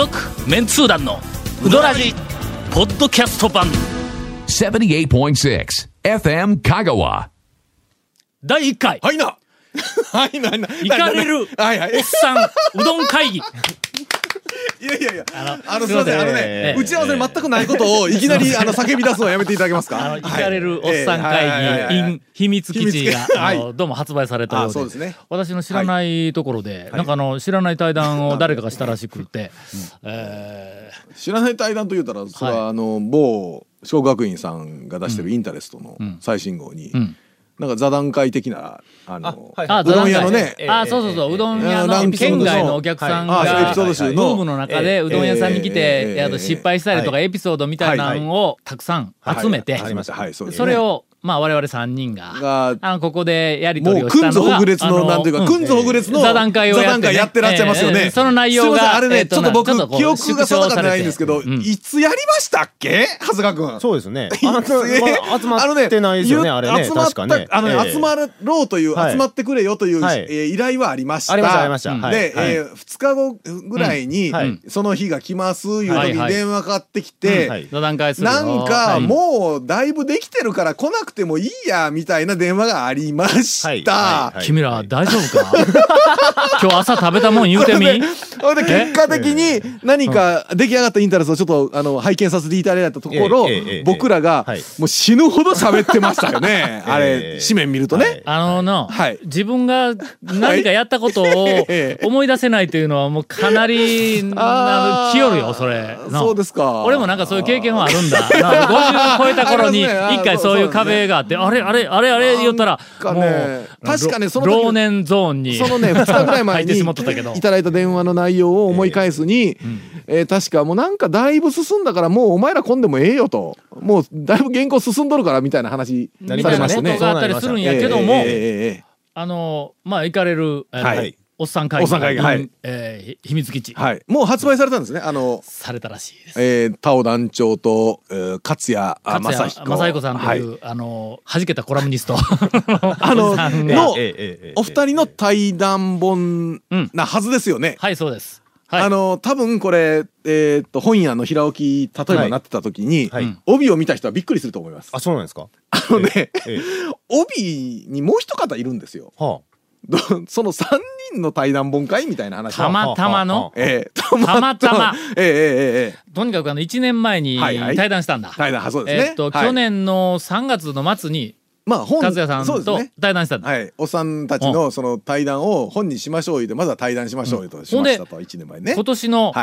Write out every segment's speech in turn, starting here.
続メンツー団のウドラジポッドキャスト版 78.6 FM 香川第1回はいなはいなイカれるおっはいはいさんうどん会議いやいやいやすすいません打ち合わせに全くないことをいきなり叫び出すのはやめていただけますか。 イカれるおっさん会議 in 秘密基地がどうも発売されたようで、 そうですね、 私の知らないところで、なんか知らない対談を誰かがしたらしくて、 知らない対談と言うたらそれは某四国学院さんが出してるインタレストの最新号に、なんか座談会的なうどん屋のね、 そううどん屋の県外のお客さんがエピソード集のブームの中でうどん屋さんに来て失敗したりとかエピソードみたいなのをたくさん集めて、それをまあ我々3人がここでやり取りをしたのが、 もうくんずほぐれつのなんていうか、くんずほぐれつの座談会をやってらっしゃいますよね。 その内容があれね、ちょっと僕記憶が定かでないんですけど、いつやりましたっけ、長谷川君。 そうですね。集まってないですよね、あれね。確かね。 集まろうという、集まってくれよという依頼はありました。 ありました。 で、2日後ぐらいにその日が来ますいう時に電話かかってきて、なんかもうだいぶできてるから来なくてもいいやみたいな電話がありました。 君ら大丈夫か今日朝食べたもん言うてみ。で結果的に何か出来上がったインタレスをちょっと拝見させていただいたところ、僕らがもう死ぬほど喋ってましたよね。あれ紙面見るとね、 自分が何かやったことを思い出せないというのはもうかなりきよるよそれ。 そうですか。 俺もなんかそういう経験はあるんだ。50超えた頃に一回そういう壁があって、あれ言ったらもう確かね、その老年ゾーンにそのね2日ぐらい前にいただいた電話の内容を思い返すに、確かもうなんかだいぶ進んだからもうお前ら来んでもええよと、もうだいぶ原稿進んみたいなみたいな話されましたね。 ことがあったりするんやけども、まあ行かれるおっさん会議秘密基地、 もう発売されたんですね。 されたらしいです。 田尾団長と勝谷正彦さんという弾けたコラムニストのお二人の対談本なはずですよね。 はいそうです。 多分これ本屋の平置き例えばなってた時に帯を見た人はびっくりすると思います。 あ、そうなんですか。 帯にもう一方いるんですよ。その3人の対談本会みたいな話。 たまたまのとにかく1年前に対談したんだ。 そうですね。 去年の3月の末に和也さんと対談したんだ。 おっさんたちのその対談を本にしましょうでまずは対談しましょうとしましたと1年前ね。 今年の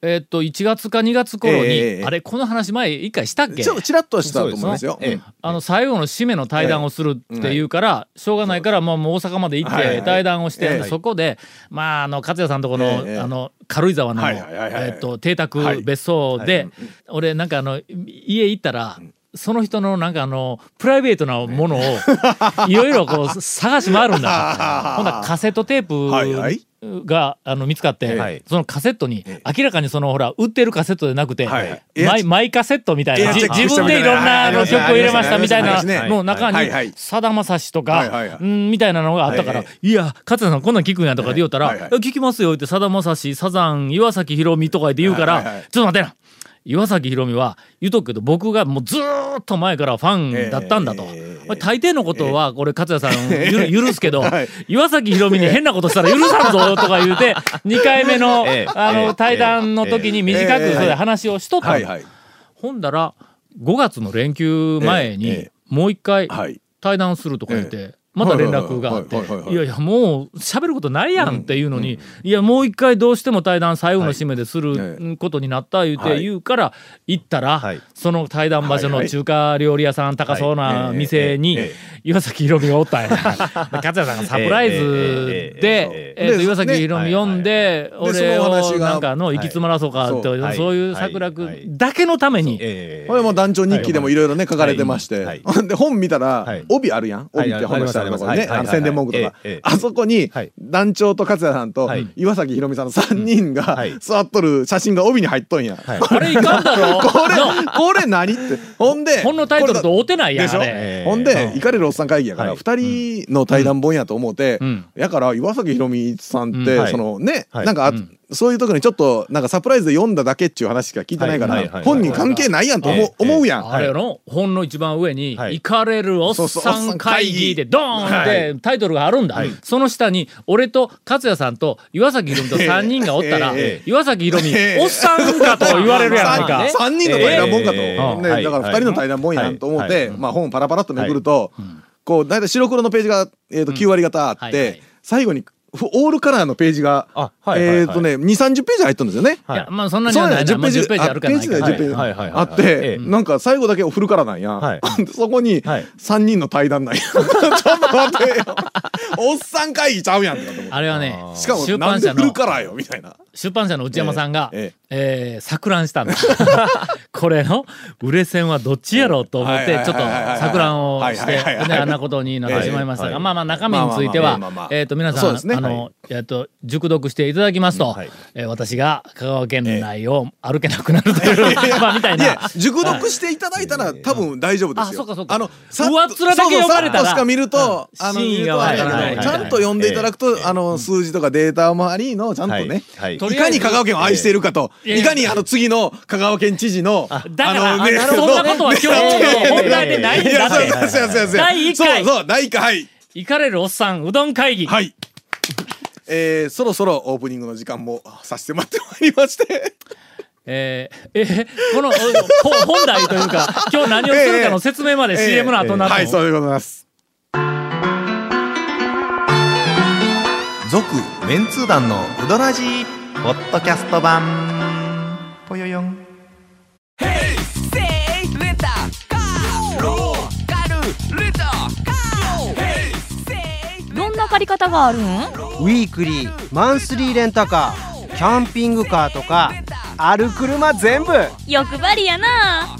1月か2月頃にあれこの話前1回したっけ。 ちょっとちらっとしたと思いますよ。 最後の締めの対談をするっていうからしょうがないからもう大阪まで行って対談をしてそこで勝也さんとこの軽井沢の邸宅別荘で俺なんか家行ったらその人のなんかプライベートなものをいろいろこう探し回るんだ。ほんなカセットテープが見つかって、そのカセットに明らかにそのほら売ってるカセットでなくてマイカセットみたいな自分でいろんな曲を入れましたみたいなの中にさだまさしとかみたいなのがあったから、いや勝也さんこんなん聞くんやとかで言うたら聞きますよってさだまさしサザン岩崎宏美とかで言うからちょっと待ってな。岩崎宏美は言うとくけど僕がもうずーっと前からファンだったんだと、大抵のことはこれ勝也さん許すけど、岩崎宏美に変なことしたら許さんぞとか言うて2回目の対談の時に短くそれ話をしとった。ほんだら5月の連休前にもう一回対談するとか言ってまた連絡があって「いやいやもう喋ることないやん」っていうのに「いやもう一回どうしても対談最後の締めですることになった」言うから行ったらその対談場所の中華料理屋さん高そうな店に岩崎宏美がおったんや。勝也さんがサプライズで岩崎宏美呼んで俺をなんか行き詰まらそうかってそういう策略だけのためにこれも団長日記でもいろいろね書かれてましてで本見たら帯あるやん。帯って本の下宣伝文句とかあそこに団長と勝也さんと岩崎宏美さんの3人が座っとる写真が帯に入っとんや。 あれいかんだろこれ何ってほんで本のタイトルと合うてないやん。 ほんでイカれるおっさん会議やから2人の対談本やと思ってやから岩崎宏美さんってそのねなんかそういうところにちょっとなんかサプライズで読んだだけっていう話しか聞いてないから本人関係ないやんと思うやん。 あれの本の一番上に「イカれるおっさん会議」でドーンってタイトルがあるんだ。その下に俺と勝也さんと岩崎宏美と3人がおったら岩崎宏美おっさんかと言われるやないか。 3人の対談本かと、だから2人の対談本やんと思って本パラパラっとめくるとこうだいたい白黒のページが9割方あって最後にオールカラーのページが2、30ページ入ったんですよね。 いやまあそんなにはないな。10ページあるかないか。 10ページあってなんか最後だけフルカラーなんや。そこに3人の対談なんや。ちょっと待ってよ。おっさん会議ちゃうやん。 あれはね、 しかもなんでフルカラーよみたいな。 出版社の内山さんが錯乱したんだ。これの売れ線はどっちやろうと思ってちょっと錯乱をしてあんなことになってしまいましたが、まあまあ中身については皆さん熟読していただきますと私が香川県内を歩けなくなるというまあみたいな。 熟読していただいたら多分大丈夫ですよ。 上っ面だけ読まれたらさっとしか見ると真意がわからない。ちゃんと読んでいただくと数字とかデータもありのちゃんとねいかに香川県を愛しているかといかに次の香川県知事のだからそんなことは今日の問題でないんだって。第1回そう第1回イカれるおっさんうどん会議。 はい。そろそろオープニングの時間もさせてもらってまいりまして。 この本題というか今日何をするかの説明まで CM の後になるの。 はい、そうでございます。 続メンツー団のウドラジーポッドキャスト版ぽよよん。 どんな借り方があるん？ ウィークリー、マンスリーレンタカー、キャンピングカーとかある車全部欲張りやな。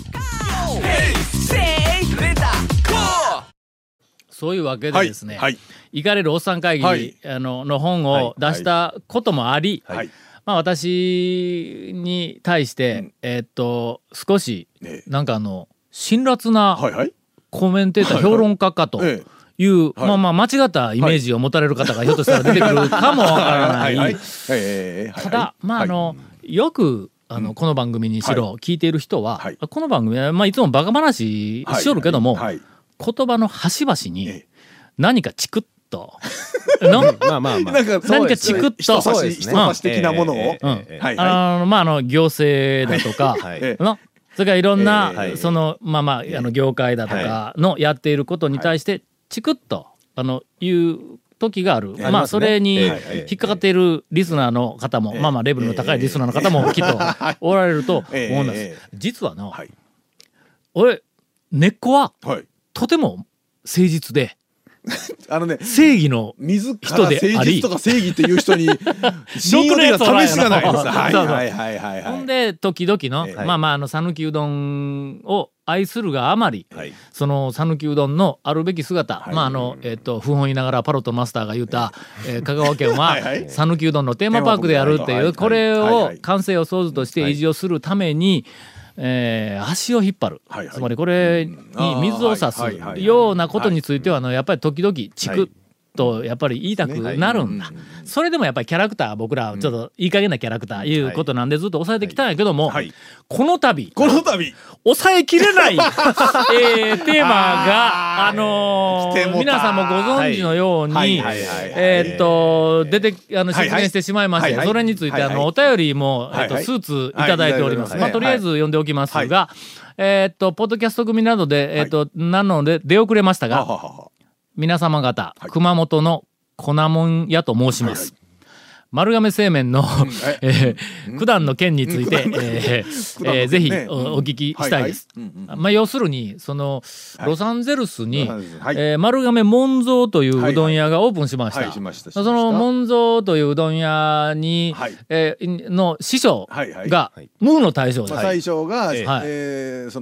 そういうわけでですね、イカれるおっさん会議の本を出したこともあり、まあ私に対して少しなんか辛辣なコメンテーター評論家かというまあまあ間違ったイメージを持たれる方がひょっとしたら出てくるかもわからない。ただまあよくこの番組にしろ聞いている人はこの番組はまあいつもバカ話しよるけども言葉の端々に何かチクッと何かチクッと人差し的なものをまあ行政だとかそれからいろんなそのまあまあ業界だとかのやっていることに対してチクッという時がある。まあそれに引っかかっているリスナーの方もまあまあレベルの高いリスナーの方もきっとおられると思うんです。実はな俺根っこはとても誠実で正義の人であり誠実とか正義っていう人に信用できた試しがないです。 ほんで時々のまあまあ讃岐うどんを愛するがあまりその讃岐うどんのあるべき姿まあ不本言いながらパロットマスターが言うた香川県は讃岐うどんのテーマパークであるっていうこれを完成を想像として維持をするために足を引っ張る、つまりこれに水を差すようなことについてはやっぱり時々チクッとやっぱり言いたくなるんだ。それでもやっぱりキャラクター僕らちょっといい加減なキャラクターいうことなんでずっと抑えてきたんやけどもこの度抑えきれないテーマが皆さんもご存知のように出て出現してしまいましてそれについてお便りも数通いただいております。とりあえず読んでおきますがポッドキャスト組などでなので出遅れましたが皆様方、熊本の粉もん屋と申します。丸亀製麺の九段の件についてぜひお聞きしたいです。まあ要するにそのロサンゼルスに丸亀門蔵といううどん屋がオープンしました。その門蔵といううどん屋にの師匠がムーの大将です。 大将がその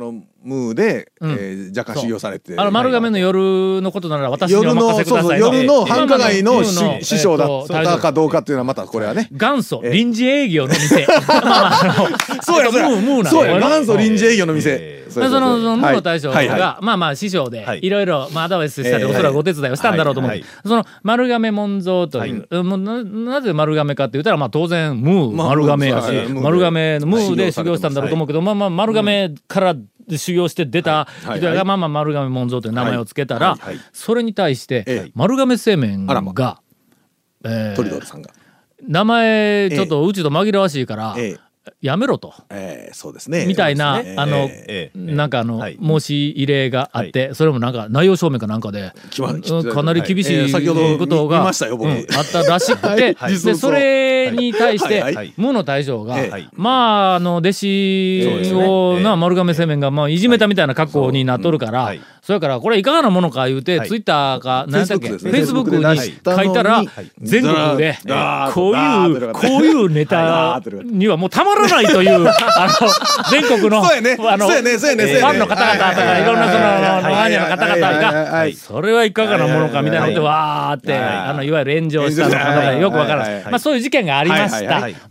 ムーで若干修行されて、 丸亀の夜のことなら私にお任せくださいの夜の繁華街の師匠だったかどうかっていうのはまたこれはね、 元祖臨時営業の店そうやムーなんそうや元祖臨時営業の店、 そのムーの大将がまあまあ師匠でいろいろアドバイスしたりおそらくお手伝いをしたんだろうと思う。その丸亀門蔵というなぜ丸亀かって言ったらまあ当然ムー丸亀やし丸亀のムーで修行したんだろうと思うけど、まあまあ丸亀から修行して出た人がまあまあ丸亀門蔵という名前をつけたら、それに対して丸亀製麺がトリドルさんが名前ちょっとうちと紛らわしいからやめろと、 そうですね、 みたいななんか申し入れがあって、それもなんか内容証明かなんかでかなり厳しいことがあったらしくて、でそれに対してムーの大将がまあ弟子をな丸亀製麺がまあいじめたみたいな格好になっとるから、それからこれいかがなものか言うてツイッターか何だっけフェイスブックに書いたら全国でこういうネタにはもうたまらないという全国のファンの方々とかいろんなそのマニアの方々がそれはいかがなものかみたいなことでわーっていわゆる炎上したのかよくわからない、まあそういう事件がありました。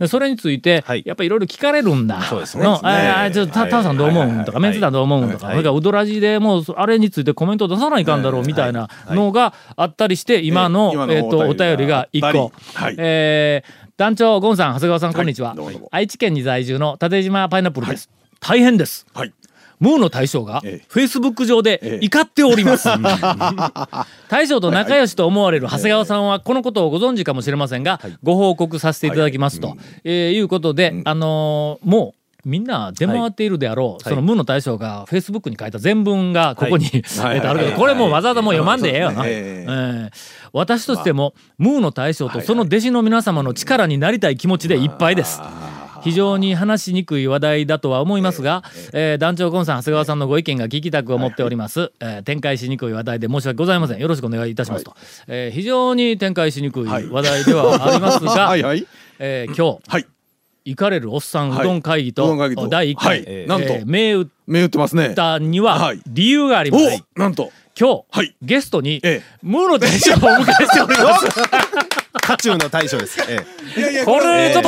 それについてやっぱりいろいろ聞かれるんだの、ちょっとタオさんどう思うんとかメンツ団どう思うんとか、それからウドラジでもうあれについてコメント出さないかんだろうみたいなのがあったりして、今のお便りが1個。団長ゴンさん長谷川さんこんにちは、愛知県に在住の立島パイナップルです。大変です、ムーの大将がフェイスブック上で怒っております大将と仲良しと思われる長谷川さんはこのことをご存知かもしれませんが、ご報告させていただきますと、いうことでもうみんな出回っているであろう、そのムーの大将がフェイスブックに書いた全文がここにあるけど、これもうわざわざもう読まんでええよな。私としてもムーの大将とその弟子の皆様の力になりたい気持ちでいっぱいです。非常に話しにくい話題だとは思いますが、団長ゴンさん長谷川さんのご意見が聞きたく思っております。展開しにくい話題で申し訳ございません。よろしくお願いいたしますと。非常に展開しにくい話題ではありますが、今日行かれるおっさんうどん会議と第1回銘打ってますね。 ったには理由があります。 なんと今日ゲストにムーの大将をお迎えしております渦中の大将です。 これちょっと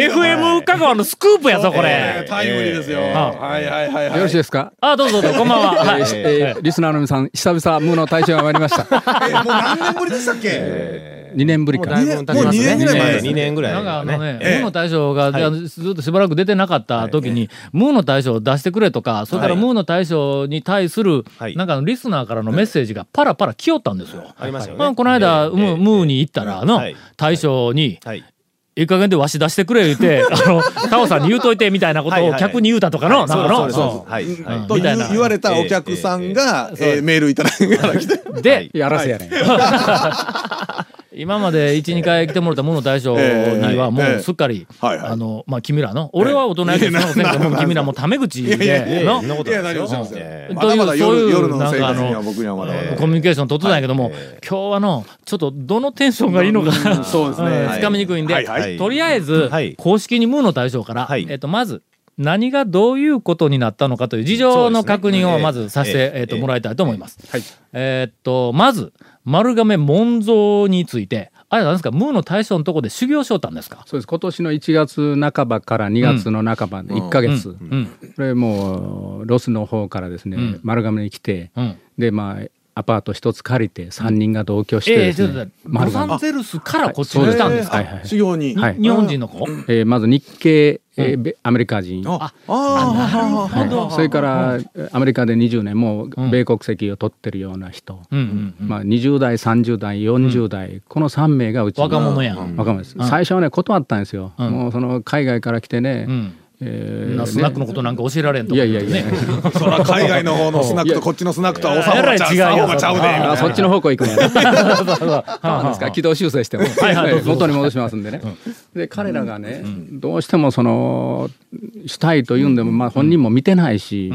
FM 香川のスクープやぞこれ。 タイムリーですよ。 よろしいですか。 どうぞこんばんは。 リスナーの皆さん久々ムーの大将が参りました。 もう何年ぶりでしたっけ ？2年ぶりか。 もう2年ぐらい前。2年ぐらい。 なんかムーの大将がずっとしばらく出てなかった時にムーの大将を出してくれとか、それからムーの大将に対するなんかリスナーからのメッセージがパラパラ来よったんですよ。 ありますよね。 この間ムーに行ったら大将にいい加減でわし出してくれ言うてタオさんに言うといてみたいなことを客に言うたとかのと言われたお客さんがメールいただいてでやらせやねん今まで 1,2 回来てもらったムーの大将にはもうすっかり君らの俺は大人やけど君らもタメ口でのまだまだ夜の生活には僕にはまだコミュニケーション取ってたんやけども、今日はちょっとどのテンションがいいのかつかみにくいんで、とりあえず公式にムーの大将からまず何がどういうことになったのかという事情の確認をまずさせてもらいたいと思います。まず丸亀門蔵についてあれなんですか、ムーの大将のところで修行しよったんですか。 そうです。今年の1月半ばから2月の半ばで1ヶ月、これもうロスの方からですね、丸亀に来て、でアパート一つ借りて3人が同居してですね、 ロサンゼルスからこっちに来たんですか。 修行に日本人の子、 まず日系アメリカ人、 なるほど。 それからアメリカで20年もう米国籍を取ってるような人、20代30代40代、この3名がうちの若者やん。若者です。最初はね断ったんですよ。もうその海外から来てね、 スナックのことなんか教えられんと。 いやいやいや、 そら海外の方のスナックとこっちのスナックとはおさまちゃうで。 そっちの方向行くのね。そうですか。軌道修正しても元に戻しますんでね。で彼らがね、どうしてもしたいというんでも本人も見てないし、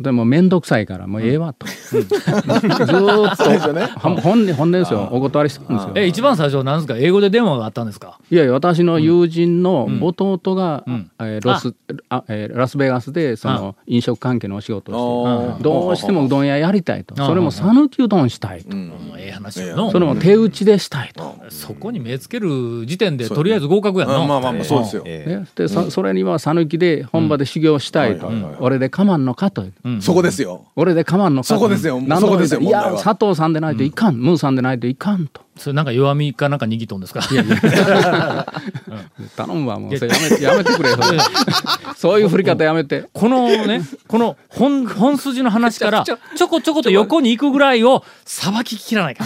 でも面倒くさいからもうええわと、ずーっと本音ですよ。お断りしてるんですよ。 一番最初なんですか、英語で電話があったんですか。 いやいや、私の友人の弟がラスベガスでその飲食関係のお仕事をして、どうしてもうどん屋やりたいと、それも讃岐うどんしたいと、 話のそれも手打ちでしたいと、 そこに目つける時点でとりあえず合格やな。 まあまあそうですよ。 でそれには讃岐で本場で修行したいと、俺でかまんのかと、 そこですよ。 俺でかまんのかと、 そこですよ。 そこですよ。いや佐藤さんでないといかん、ムーさんでないといかんと。 それなんか弱みかなんか握っとんですか。 頼むわ、もうそれやめてくれそういう振り方やめて。 この本筋の話からちょこちょこと横に行くぐらいをさばききらないか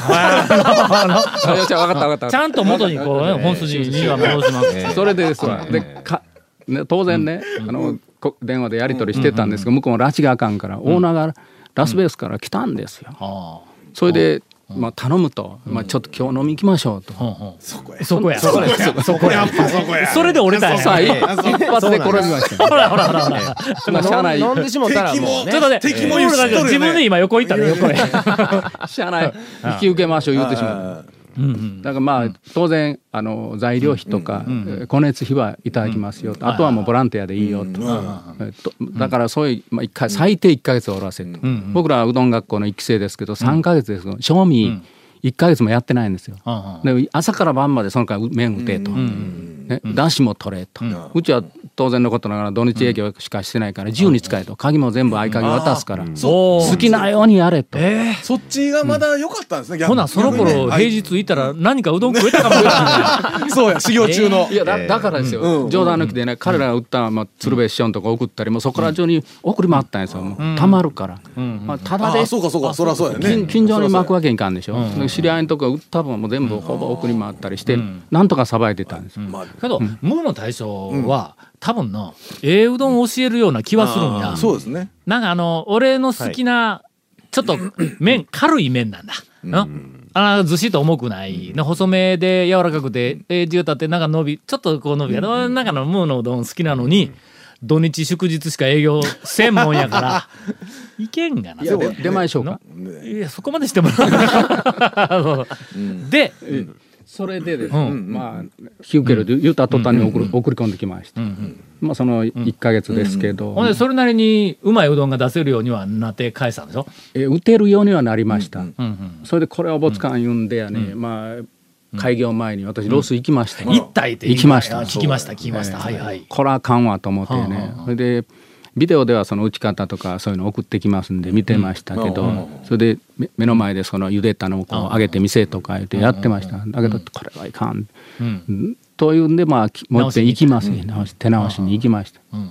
ちゃんと元にこう、本筋には戻します。 それでですわ。で当然ね、電話でやり取りしてたんですけど、向こうも拉致があかんから、オーナーがラスベガスから来たんですよ。それで頼むと、ちょっと今日飲み行きましょうと。 そこやそれで折れたんや。 一発で転びました。 ほら車内飲んでしもたらもうね、 ちょっとね、自分で今横行ったね、横へ。 車内引き受けましょう言うてしまう。だから当然材料費とか光熱費はいただきますよと、あとはもうボランティアでいいよと、だからそういう最低1ヶ月おらせと。僕らはうどん学校の1期生ですけど3ヶ月ですけど、賞味1ヶ月もやってないんですよ。で朝から晩までその間麺打てと、だしも取れと。うちは当然のことながら土日営業しかしてないから自由に使えと、鍵も全部合鍵渡すから好きなようにやれと。 そっちがまだ良かったんですね。 ほなその頃平日いたら何かうどん食えたかもしれない。 そうや、修行中の。 いやだからですよ、冗談抜きでね、彼らが売った鶴瓶師匠のとこ送ったり、もうそこら中に送り回ったんですよ。たまるから、ただでそうかそりゃそうやね。 近所に巻くわけにいかんでしょ。知り合いのとこ売った分も全部ほぼ送り回ったりしてなんとかさばいてたんですよ。 けどムーの大将は多分のうどんを教えるような気はするんや。 そうですね。 なんか俺の好きなちょっと麺、軽い麺なんだ。ずしっと重くない細めで柔らかくて重たってなんかちょっとこう伸びやなんかのムーのうどん好きなのに、土日祝日しか営業せんもんやからいけんがな。 出前しょうか。 いやそこまでしてもらうでそれでですね、引き受けると言うた途端に送り込んできました。その1ヶ月ですけど、 ほんでそれなりにうまいうどんが出せるようにはなって返したんでしょ。 打てるようにはなりました。それでこれはおぼつかん言うんでやね、開業前に私ロス行きました。 行ったって行きました。 聞きました。はいはい。 これはあかんわと思ってね。それでビデオではその打ち方とかそういうの送ってきますんで見てましたけど、それで目の前でその茹でたのをこう揚げて見せとか言ってやってました。だけどこれはいかんというんで、もう一遍行きますね。手直しに行きました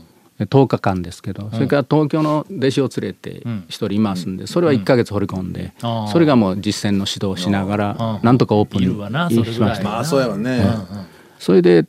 。10日間ですけど、それから東京の弟子を連れて一人いますんで、それは1ヶ月掘り込んで、それがもう実践の指導をしながらなんとかオープンにしました。 そうやわね。 それで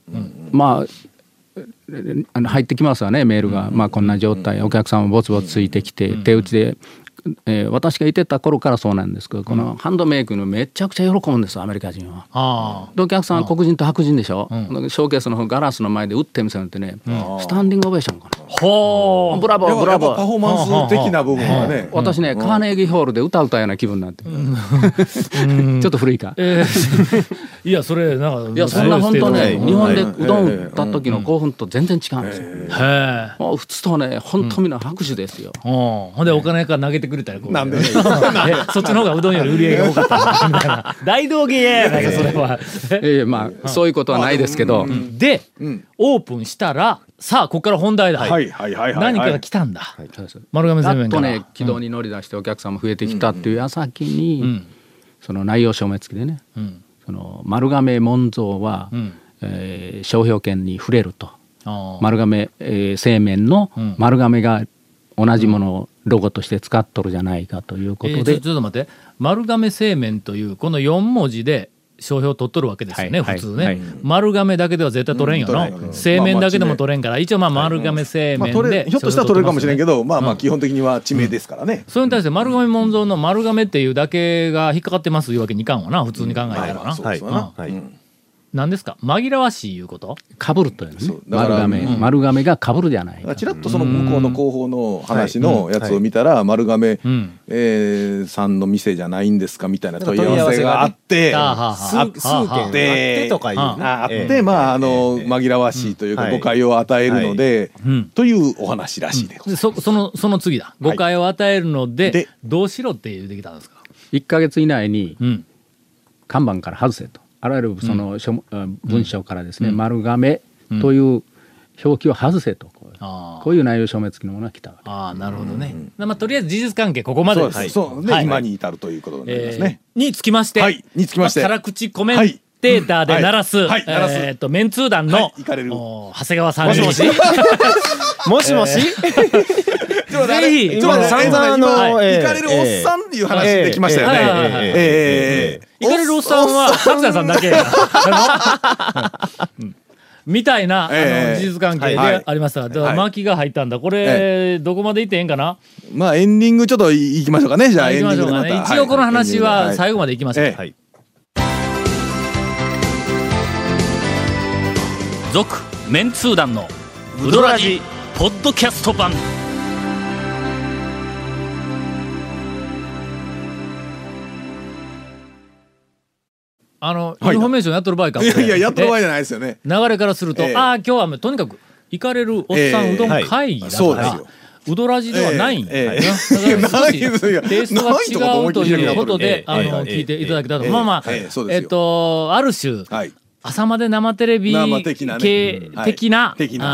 入ってきますわね、メールが。こんな状態、お客さんもぼつぼつついてきて、手打ちで、私がいてた頃からそうなんですけど、このハンドメイクのめちゃくちゃ喜ぶんですよ、アメリカ人は。でお客さんは黒人と白人でしょ。ショーケースのガラスの前で打ってみせるってね、スタンディングオベーションかな。ブラボーブラボー。 パフォーマンス的な部分はね。 私ね、カーネギーホールで歌うような気分になってちょっと古いか。 いやそれなんか、 いやそんな本当ね、日本でうどん打った時の興奮と全然違うんですよ。もう普通とね、本当みんな拍手ですよ。 ほんでお金から投げてくれたらなんでそっちの方がうどんより売り上げが多かったみたいな大道芸やないかそれは。 そういうことはないですけど、 でオープンしたらさあここから本題だ。何かが来たんだ。丸亀製麺からやっとね軌道に乗り出してお客さんも増えてきたっていう矢先に、その内容証明付きでね、その丸亀門蔵は商標権に触れると。丸亀製麺の丸亀が同じものをロゴとして使っとるじゃないかということで、 ちょっと待って、丸亀製麺というこの4文字で商標を取っとるわけですよね、普通ね。丸亀だけでは絶対取れんよな。製麺だけでも取れんから、一応丸亀製麺でひょっとしたら取れるかもしれんけど、基本的には地名ですからね。 それに対して丸亀門蔵の丸亀っていうだけが引っかかってますいうわけにいかんわな、普通に考えたらな。 何ですか、紛らわしいいうこと？ かぶるというね。丸亀がかぶるじゃないか。 ちらっとその向こうの広報の話のやつを見たら、丸亀さんの店じゃないんですかみたいな問い合わせがあって、 数件あってとかいうあって、まあ紛らわしいというか誤解を与えるのでというお話らしいです。 その次だ。誤解を与えるのでどうしろって言ってきたんですか ？1ヶ月以内に看板から外せと。あらゆるその文章からですね、丸亀という表記を外せと、こういう内容証明付きのものが来たわけ。 ああ、なるほどね。まあとりあえず事実関係ここまでです。 そうで今に至るということになりますね。 につきまして、辛口コメンテーターで鳴らすメンツー団の長谷川さんにもしもしぜひ散々 行かれるおっさんっていう話できましたよね。 行かれるおっさんは勝谷さんだけみたいな事実関係でありましたが、だから巻きが入ったんだ。これどこまで行ってええんかな。 まあエンディングちょっと行きましょうかね。じゃあエンディングでまた一応この話は最後まで行きましょう。続メンツー団のウドラジポッドキャスト版。インフォメーションやっとる場合か。 いややっとる場合じゃないですよね。 流れからすると、今日はとにかく行かれるおっさんうどん会議だから、うどらじではないんだよ。だから少しテイストが違うということで聞いていただけたと。まあまあある種朝まで生テレビ系的な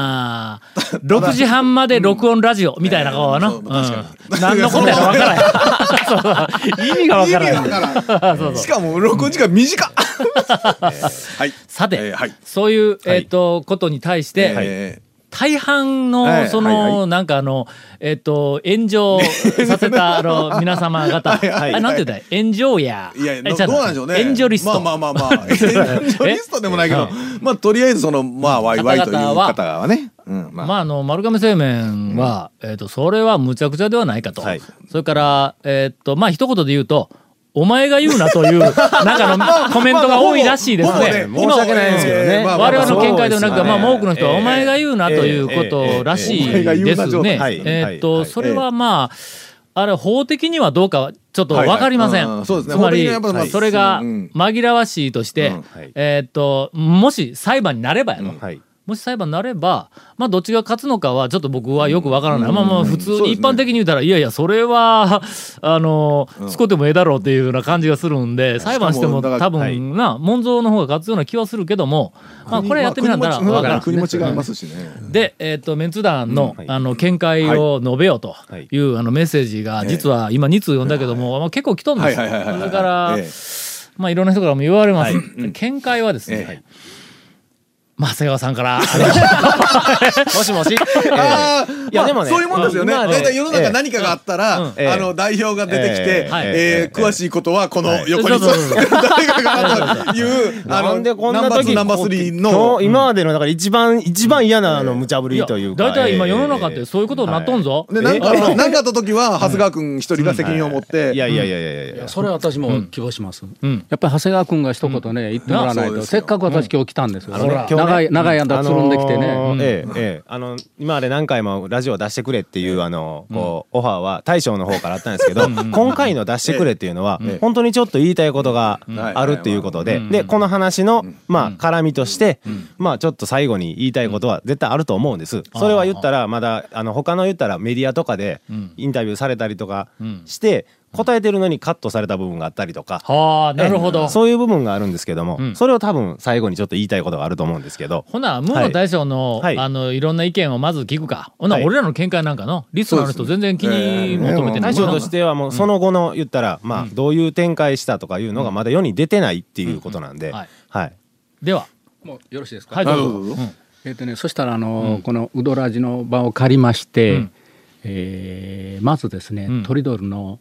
6時半まで録音ラジオみたいな顔はな、何のことやら分からへん。意味が分からへん。 しかも録音時間短っ。 さてそういうことに対して大半のそのなんか炎上させた皆様方、なんて言ったら炎上や、 どうなんでしょうね。 炎上リスト、 まあ炎上リストでもないけど、まあとりあえずそのまあワイワイという方はね、 まあ丸亀製麺はそれはむちゃくちゃではないかと。それからまあ一言で言うと。お前が言うなというなんかのコメントが多いらしいですね。 申し訳ないですけどね。 我々の見解ではなく、まあ多くの人はお前が言うなということらしいですね。それはまああれ法的にはどうかはちょっと分かりません。つまりそれが紛らわしいとしてもし裁判になればやろ。もし裁判になれば、まあどっちが勝つのかはちょっと僕はよくわからない。まあまあ普通に一般的に言ったら、いやいやそれは使ってもええだろうっていうような感じがするんで、裁判しても多分な門蔵の方が勝つような気はするけども、まあこれやってみたらわからん。 国も違いますしね。 でメンツ団の見解を述べようというメッセージが実は今2通読んだけども結構来とんです。それからまあいろんな人からも言われます。見解はですね。長谷川さんからもしもし。いやでもね、そういうもんですよね。大体世の中何かがあったら代表が出てきて詳しいことはこの横に誰かがというなんでこんな時ナンバー3の今までのだから一番嫌な無茶ぶりというか。 大体今世の中ってそういうことになっとんぞ。 何かあった時は長谷川君一人が責任を持って。 いやそれは私も希望します。やっぱり長谷川君が一言ね言ってもらわないと。せっかく私今日来たんですよ。長い間つるんできてね。 今まで何回もラジオ出してくれっていうこうオファーは大将の方からあったんですけど、今回の出してくれっていうのは本当にちょっと言いたいことがあるっていうことで、この話のまあ絡みとしてまあちょっと最後に言いたいことは絶対あると思うんです。それは言ったらまだ他の言ったらメディアとかでインタビューされたりとかして答えてるのにカットされた部分があったりとか、 なるほど、 そういう部分があるんですけども、それを多分最後にちょっと言いたいことがあると思うんですけど、 ほなムーの大将のいろんな意見をまず聞くか。ほな俺らの見解なんかのリスナーの人全然気に求めてない。 大将としてはもうその後の言ったらまあどういう展開したとかいうのがまだ世に出てないっていうことなんで、 ではもうよろしいですか。 はい、どうぞ。 そしたらこのウドラジの場を借りまして、まずですねトリドルの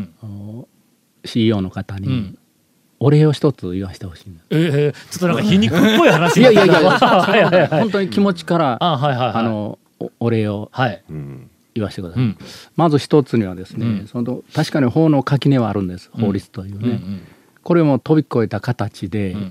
CEO の方にお礼を一つ言わせてほしいんです。ちょっとなんか皮肉っぽい話。 いや本当に気持ちからお礼を言わせてください。まず一つにはですね、確かに法の垣根はあるんです。法律というね。これも飛び越えた形で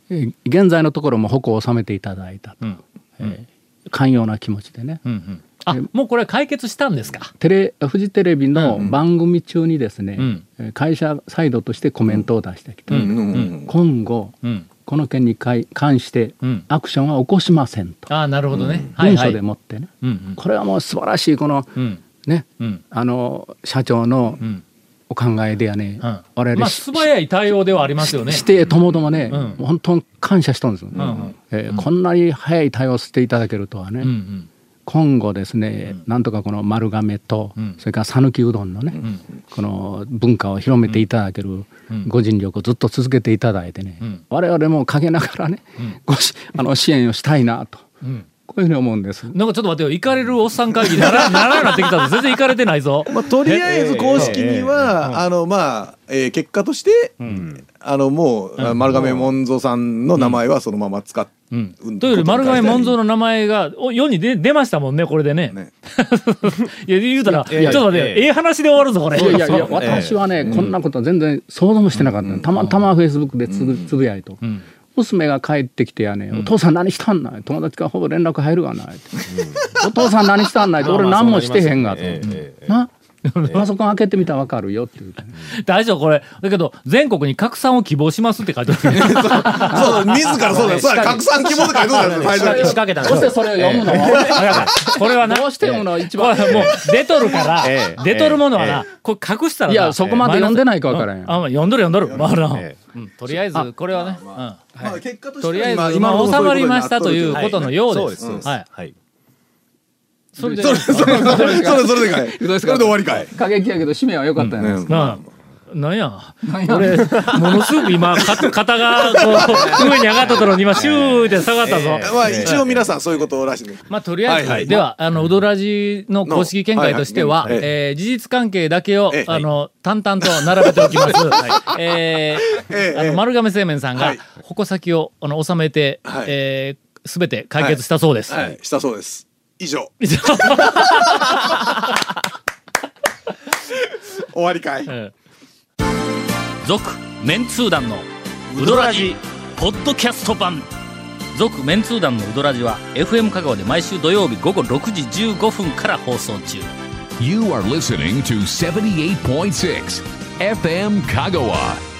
現在のところも矛を収めていただいたと、寛容な気持ちでね、 もうこれ解決したんですか。 フジテレビの番組中にですね、会社サイドとしてコメントを出してきて、今後、この件に関してアクションは起こしませんと、 なるほどね、 文書でもってね、これはもう素晴らしいこの、ね、社長のお考えではね、我々 素早い対応ではありますよね。 してともどもね、本当に感謝したんですよね。こんなに早い対応していただけるとはね、今後ですね、なんとかこの丸亀と、それから讃岐うどんのね、この文化を広めていただけるご尽力をずっと続けていただいてね、我々も陰ながらね、支援をしたいなと、こういうふうに思うんです。 なんかちょっと待ってよ、行かれるおっさん会議ならならなってきたぞ。全然行かれてないぞ。 とりあえず公式には結果としてもう丸亀門蔵さんの名前はそのまま使って、 というより丸亀門蔵の名前が世に出ましたもんね、これでね。いや言うたらちょっと待って話で終わるぞこれ。 いや私はね、こんなことは全然想像もしてなかった。たまたまフェイスブックでつぶやいと。娘が帰ってきてやね、お父さん何したんない、友達からほぼ連絡入るがない、お父さん何したんない、俺何もしてへんがと、なパソコン開けてみたら分かるよって言うて、 大丈夫これだけど全国に拡散を希望しますって書いてある。 そう自らそうだ拡散希望って書いてあるんですよ。 仕掛けたんですよ。 そしてそれを読むのこれはな、 どうして読むの一番もう出とるから出とるものはな、これ隠したらな、 いやそこまで読んでないか分からんやん。 読んどるとりあえずこれはね、とりあえず今収まりましたということのようです。それでかい。それで終わりかい。 過激やけど締めは良かったんやないですか。 なんや俺ものすごく今肩がこう上に上がったところに今シューって下がったぞ。 一応皆さんそういうことらしい。 とりあえずではウドラジの公式見解としては事実関係だけを淡々と並べておきます。丸亀製麺さんが矛先を収めて全て解決したそうです。 したそうです。以上。終わりかい。 続メンツー団のウドラジポッドキャスト版。続メンツー団のウドラジは FM 香川で毎週土曜日午後6時15分から放送中。 You are listening to 78.6 FM 香川。